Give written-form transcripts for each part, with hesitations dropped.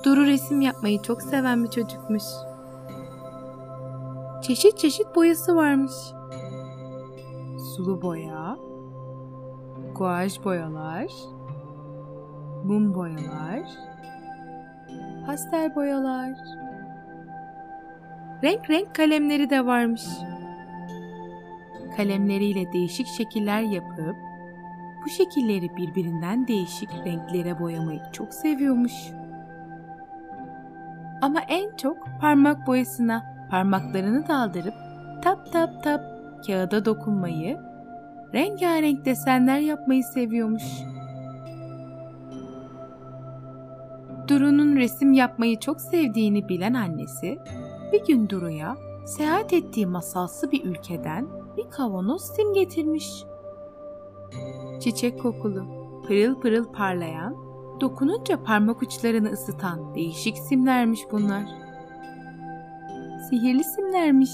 Duru resim yapmayı çok seven bir çocukmuş. Çeşit çeşit boyası varmış. Sulu boya, guaj boyalar, mum boyalar, pastel boyalar. Renk renk kalemleri de varmış. Kalemleriyle değişik şekiller yapıp bu şekilleri birbirinden değişik renklere boyamayı çok seviyormuş. Ama en çok parmak boyasına parmaklarını daldırıp tap tap tap kağıda dokunmayı, rengarenk desenler yapmayı seviyormuş. Duru'nun resim yapmayı çok sevdiğini bilen annesi bir gün Duru'ya seyahat ettiği masalsı bir ülkeden bir kavanoz sim getirmiş. Çiçek kokulu, pırıl pırıl parlayan, dokununca parmak uçlarını ısıtan değişik simlermiş bunlar. Sihirli simlermiş.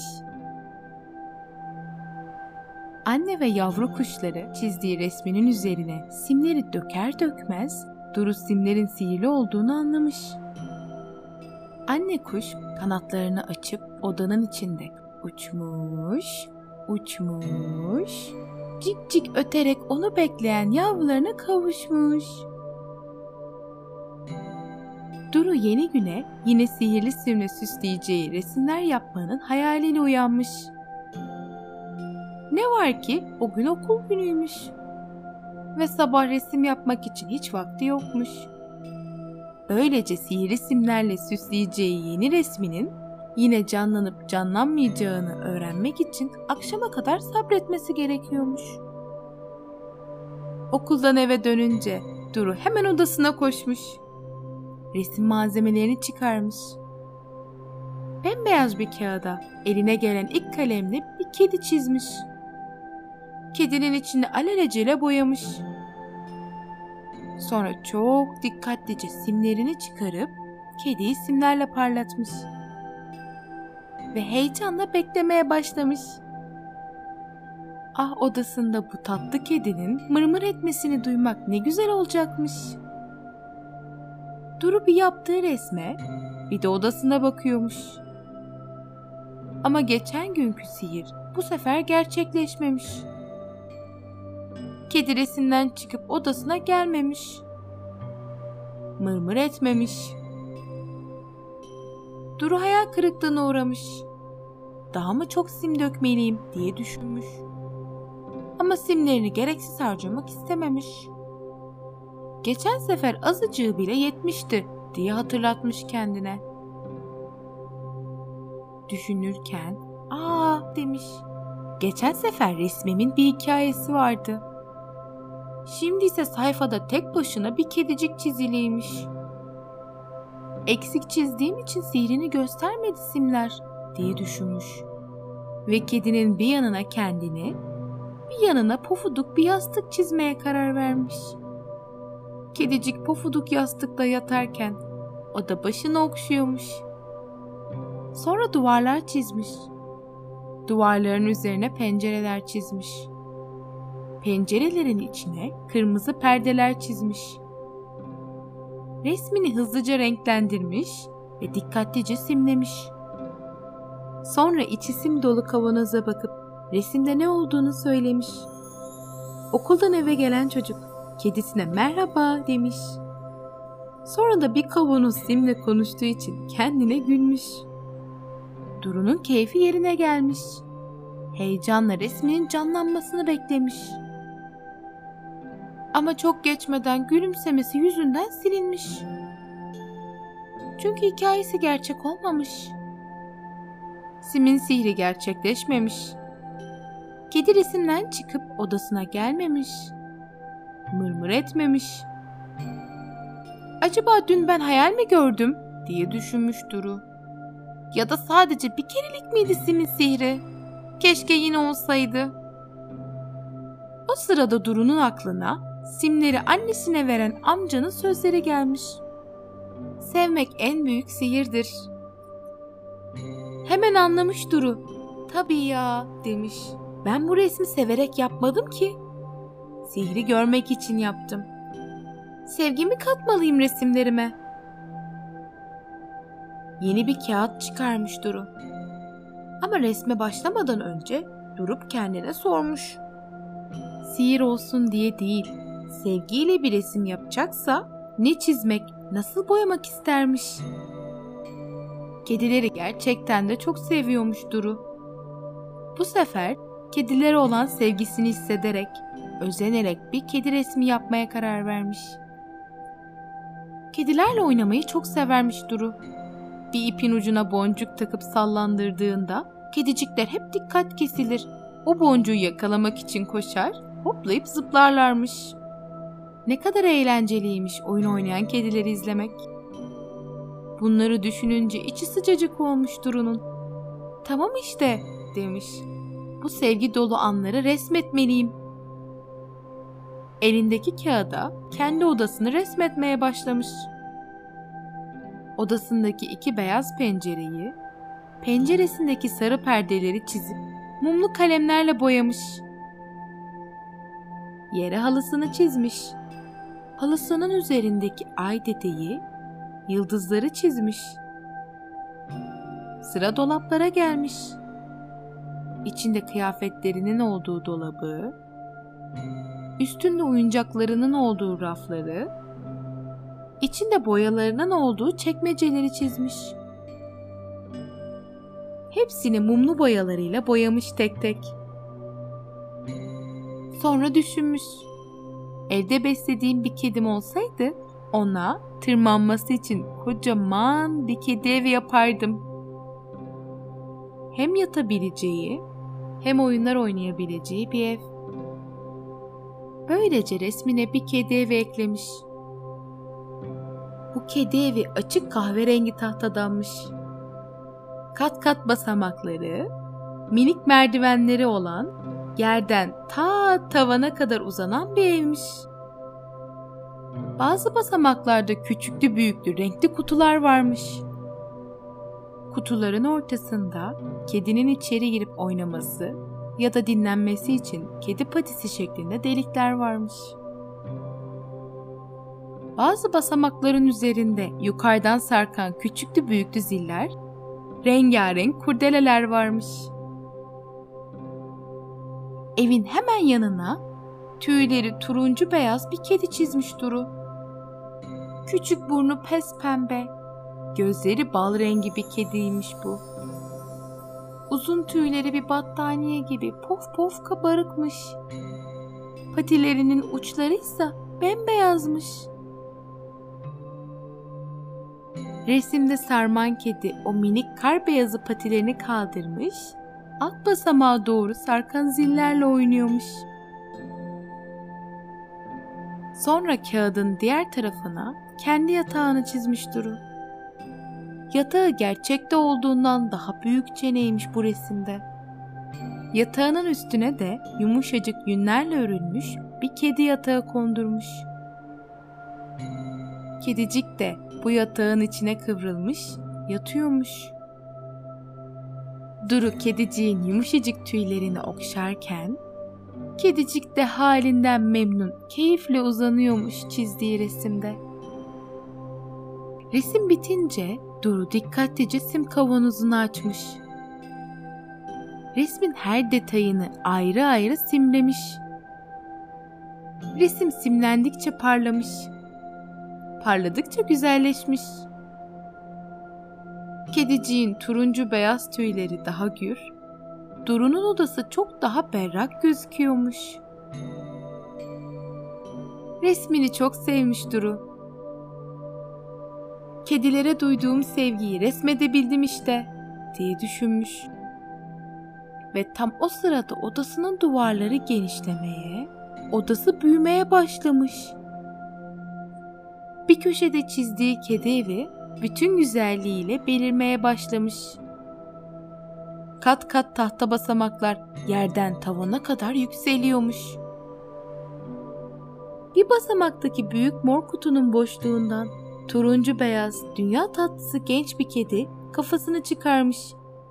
Anne ve yavru kuşları çizdiği resminin üzerine simleri döker dökmez Duru simlerin sihirli olduğunu anlamış. Anne kuş kanatlarını açıp odanın içinde uçmuş, uçmuş, cik cik öterek onu bekleyen yavrularına kavuşmuş. Duru yeni güne yine sihirli simle süsleyeceği resimler yapmanın hayaliyle uyanmış. Ne var ki o gün okul günüymüş ve sabah resim yapmak için hiç vakti yokmuş. Öylece sihirli simlerle süsleyeceği yeni resminin yine canlanıp canlanmayacağını öğrenmek için akşama kadar sabretmesi gerekiyormuş. Okuldan eve dönünce Duru hemen odasına koşmuş. Resim malzemelerini çıkarmış. Bembeyaz bir kağıda eline gelen ilk kalemle bir kedi çizmiş. Kedinin içini alelacele boyamış. Sonra çok dikkatlice simlerini çıkarıp kediyi simlerle parlatmış. Ve heyecanla beklemeye başlamış. Ah, odasında bu tatlı kedinin mırmır etmesini duymak ne güzel olacakmış. Duru bir yaptığı resme, bir de odasına bakıyormuş. Ama geçen günkü sihir bu sefer gerçekleşmemiş. Kedi resimden çıkıp odasına gelmemiş. Mırmır etmemiş. Duru hayal kırıklığına uğramış. Daha mı çok sim dökmeliyim diye düşünmüş. Ama simlerini gereksiz harcamak istememiş. Geçen sefer azıcığı bile yetmişti diye hatırlatmış kendine. Düşünürken demiş. Geçen sefer resmimin bir hikayesi vardı. Şimdi ise sayfada tek başına bir kedicik çiziliymiş. Eksik çizdiğim için sihrini göstermedi simler diye düşünmüş. Ve kedinin bir yanına kendini, bir yanına pofuduk bir yastık çizmeye karar vermiş. Kedicik pofuduk yastıkta yatarken o da başını okşuyormuş. Sonra duvarlar çizmiş. Duvarların üzerine pencereler çizmiş. Pencerelerin içine kırmızı perdeler çizmiş. Resmini hızlıca renklendirmiş ve dikkatlice simlemiş. Sonra içi sim dolu kavanoza bakıp resimde ne olduğunu söylemiş. Okuldan eve gelen çocuk kedisine merhaba demiş. Sonra da bir kavanoz simle konuştuğu için kendine gülmüş. Duru'nun keyfi yerine gelmiş. Heyecanla resminin canlanmasını beklemiş. Ama çok geçmeden gülümsemesi yüzünden silinmiş. Çünkü hikayesi gerçek olmamış. Sim'in sihri gerçekleşmemiş. Kedi resimden çıkıp odasına gelmemiş. Mırmır etmemiş. Acaba dün ben hayal mi gördüm diye düşünmüş Duru. Ya da sadece bir kerelik miydi Sim'in sihri? Keşke yine olsaydı. O sırada Duru'nun aklına simleri annesine veren amcanın sözleri gelmiş. Sevmek en büyük sihirdir. Hemen anlamış Duru. Tabii ya demiş. Ben bu resmi severek yapmadım ki. Sihri görmek için yaptım. Sevgimi katmalıyım resimlerime. yeni bir kağıt çıkarmış Duru. Ama resme başlamadan önce durup kendine sormuş. Sihir olsun diye değil, sevgiyle bir resim yapacaksa ne çizmek, nasıl boyamak istermiş. Kedileri gerçekten de çok seviyormuş Duru. Bu sefer kedilere olan sevgisini hissederek, özenerek bir kedi resmi yapmaya karar vermiş. Kedilerle oynamayı çok severmiş Duru. Bir ipin ucuna boncuk takıp sallandırdığında kedicikler hep dikkat kesilir. O boncuğu yakalamak için koşar, hoplayıp zıplarlarmış. Ne kadar eğlenceliymiş oyun oynayan kedileri izlemek. Bunları düşününce içi sıcacık olmuş Duru'nun. Tamam işte demiş. Bu sevgi dolu anları resmetmeliyim. Elindeki kağıda kendi odasını resmetmeye başlamış. Odasındaki 2 beyaz pencereyi, penceresindeki sarı perdeleri çizip mumlu kalemlerle boyamış. Yere halısını çizmiş. Halısının üzerindeki ay dedeyi, yıldızları çizmiş. Sıra dolaplara gelmiş. İçinde kıyafetlerinin olduğu dolabı, üstünde oyuncaklarının olduğu rafları, içinde boyalarının olduğu çekmeceleri çizmiş. Hepsini mumlu boyalarıyla boyamış tek tek. Sonra düşünmüş. Evde beslediğim bir kedim olsaydı ona tırmanması için kocaman bir kedi evi yapardım. Hem yatabileceği hem oyunlar oynayabileceği bir ev. Böylece resmine bir kedi evi eklemiş. Bu kedi evi açık kahverengi tahtadanmış. Kat kat basamakları, minik merdivenleri olan, yerden ta tavana kadar uzanan bir evmiş. Bazı basamaklarda küçüklü büyüklü renkli kutular varmış. Kutuların ortasında kedinin içeri girip oynaması ya da dinlenmesi için kedi patisi şeklinde delikler varmış. Bazı basamakların üzerinde yukarıdan sarkan küçüklü büyüklü ziller, rengarenk kurdeleler varmış. Evin hemen yanına tüyleri turuncu beyaz bir kedi çizmiş Duru. Küçük burnu pembe, gözleri bal rengi bir kediymiş bu. Uzun tüyleri bir battaniye gibi pof pof kabarıkmış. Patilerinin uçları ise bembeyazmış. Resimde sarman kedi o minik kar beyazı patilerini kaldırmış, alt basamağa doğru sarkan zillerle oynuyormuş. Sonra kağıdın diğer tarafına kendi yatağını çizmiş Duru. Yatağı gerçekte olduğundan daha büyükçe neymiş bu resimde. Yatağının üstüne de yumuşacık yünlerle örülmüş bir kedi yatağı kondurmuş. Kedicik de bu yatağın içine kıvrılmış, yatıyormuş. Duru kediciğin yumuşacık tüylerini okşarken, kedicik de halinden memnun, keyifle uzanıyormuş çizdiği resimde. Resim bitince Duru dikkatlice sim kavanozunu açmış. Resmin her detayını ayrı ayrı simlemiş. Resim simlendikçe parlamış. Parladıkça güzelleşmiş. Kediciğin turuncu beyaz tüyleri daha gür, Duru'nun odası çok daha berrak gözüküyormuş. Resmini çok sevmiş Duru. Kedilere duyduğum sevgiyi resmedebildim işte, diye düşünmüş. Ve tam o sırada odasının duvarları genişlemeye, odası büyümeye başlamış. Bir köşede çizdiği kedi evi bütün güzelliğiyle belirmeye başlamış. Kat kat tahta basamaklar yerden tavana kadar yükseliyormuş. Bir basamaktaki büyük mor kutunun boşluğundan turuncu beyaz dünya tatlısı genç bir kedi kafasını çıkarmış.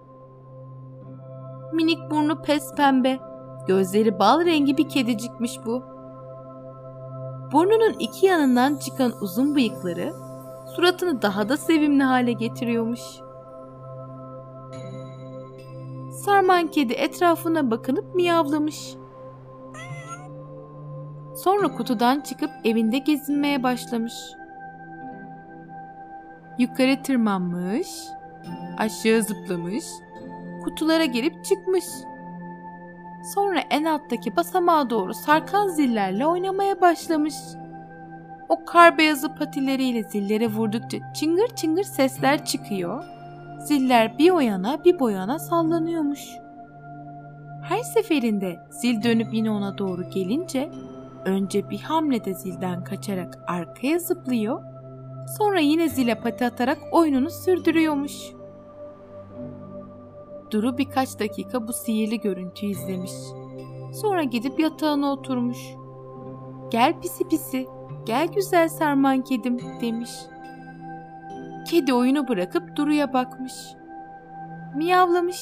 Minik burnu pembe, gözleri bal rengi bir kedicikmiş bu. Burnunun iki yanından çıkan uzun bıyıkları suratını daha da sevimli hale getiriyormuş. Sarman kedi etrafına bakınıp miyavlamış. Sonra kutudan çıkıp evinde gezinmeye başlamış. Yukarı tırmanmış, aşağı zıplamış, kutulara girip çıkmış. Sonra en alttaki basamağa doğru sarkan zillerle oynamaya başlamış. O kar beyazı patileriyle zillere vurdukça çıngır çıngır sesler çıkıyor. Ziller bir o yana bir bu yana sallanıyormuş. Her seferinde zil dönüp yine ona doğru gelince önce bir hamlede zilden kaçarak arkaya zıplıyor, sonra yine zile pati atarak oyununu sürdürüyormuş. Duru birkaç dakika bu sihirli görüntüyü izlemiş. Sonra gidip yatağına oturmuş. "Gel pisi pisi, gel güzel sarman kedim," demiş. Kedi oyunu bırakıp Duru'ya bakmış. Miyavlamış.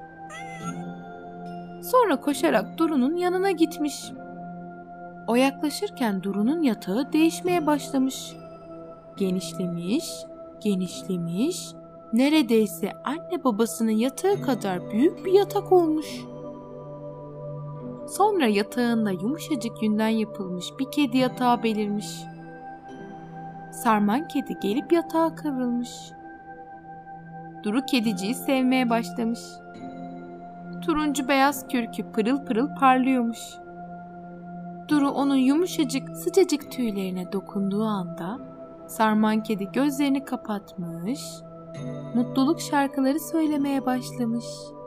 Sonra koşarak Duru'nun yanına gitmiş. O yaklaşırken Duru'nun yatağı değişmeye başlamış. Genişlemiş, genişlemiş, neredeyse anne babasının yatağı kadar büyük bir yatak olmuş. Sonra yatağında yumuşacık yünden yapılmış bir kedi yatağı belirmiş. Sarman kedi gelip yatağa kıvrılmış. Duru kediciyi sevmeye başlamış. Turuncu beyaz kürkü pırıl pırıl parlıyormuş. Duru onun yumuşacık sıcacık tüylerine dokunduğu anda sarman kedi gözlerini kapatmış, mutluluk şarkıları söylemeye başlamış.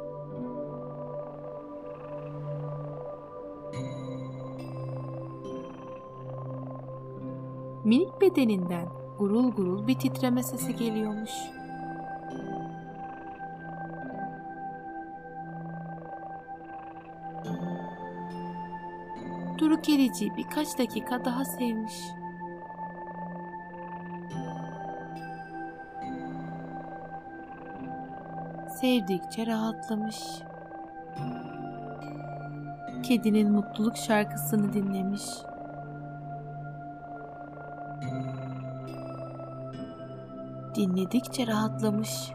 Minik bedeninden gurul gurul bir titreme sesi geliyormuş. Duru kediciyi birkaç dakika daha sevmiş. Sevdikçe rahatlamış. Kedinin mutluluk şarkısını dinlemiş. Dinledikçe rahatlamış.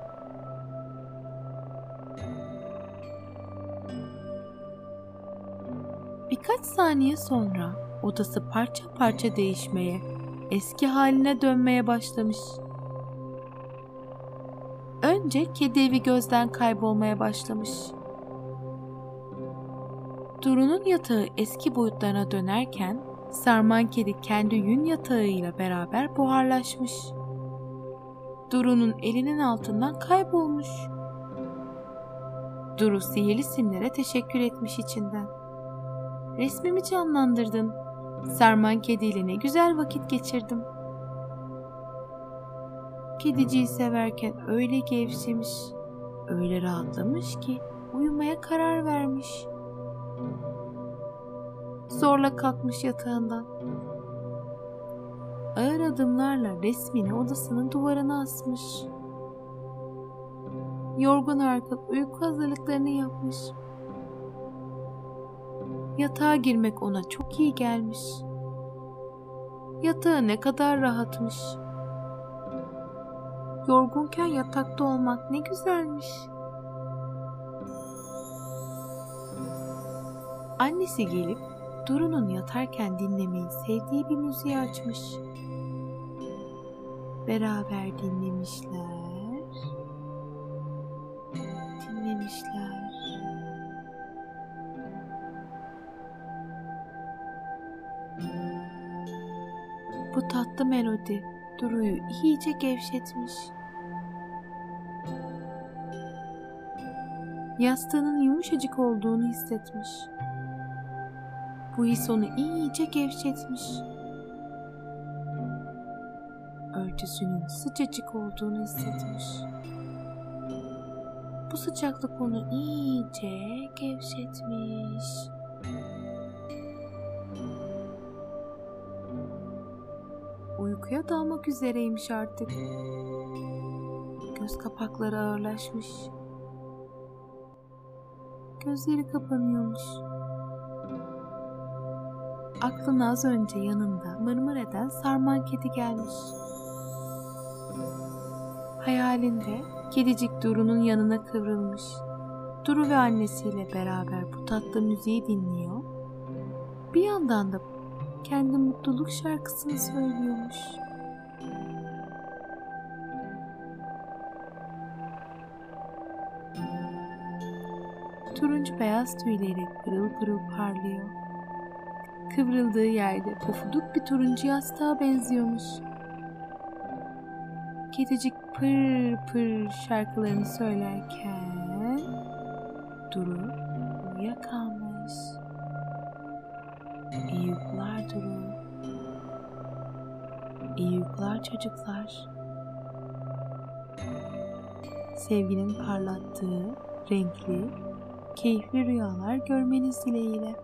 Birkaç saniye sonra odası parça parça değişmeye, eski haline dönmeye başlamış. Önce kedi evi gözden kaybolmaya başlamış. Duru'nun yatağı eski boyutlarına dönerken sarman kedi kendi yün yatağıyla beraber buharlaşmış. Duru'nun elinin altından kaybolmuş. Duru sihirli simlere teşekkür etmiş içinden. "Resmimi canlandırdın. Sarman kediyle ne güzel vakit geçirdim." Kediciyi severken öyle gevşemiş, öyle rahatlamış ki uyumaya karar vermiş. Zorla kalkmış yatağından. Ağır adımlarla resmini odasının duvarına asmış. Yorgun argın uyku hazırlıklarını yapmış. Yatağa girmek ona çok iyi gelmiş. Yatağı ne kadar rahatmış. Yorgunken yatakta olmak ne güzelmiş. Annesi gelip Duru'nun yatarken dinlemeyi sevdiği bir müziği açmış. Beraber dinlemişler. Bu tatlı melodi Duru'yu iyice gevşetmiş. Yastığının yumuşacık olduğunu hissetmiş. Bu his onu iyice gevşetmiş. Örtüsünün sıcacık olduğunu hissetmiş. Bu sıcaklık onu iyice gevşetmiş. Uykuya dalmak üzereymiş artık. Göz kapakları ağırlaşmış. Gözleri kapanıyormuş. Aklına az önce yanında mırmır eden sarman kedi gelmiş. Hayalinde kedicik Duru'nun yanına kıvrılmış. Duru ve annesiyle beraber bu tatlı müziği dinliyor. Bir yandan da kendi mutluluk şarkısını söylüyormuş. Turuncu beyaz tüyleri pırıl pırıl parlıyor. Kıvrıldığı yerde pofuduk bir turuncu yastığa benziyormuş. Kedicik pır pır şarkılarını söylerken Duru uyuyakalmış. İyi uykular Duru. İyi uykular çocuklar. Sevginin parlattığı renkli, keyifli rüyalar görmeniz dileğiyle.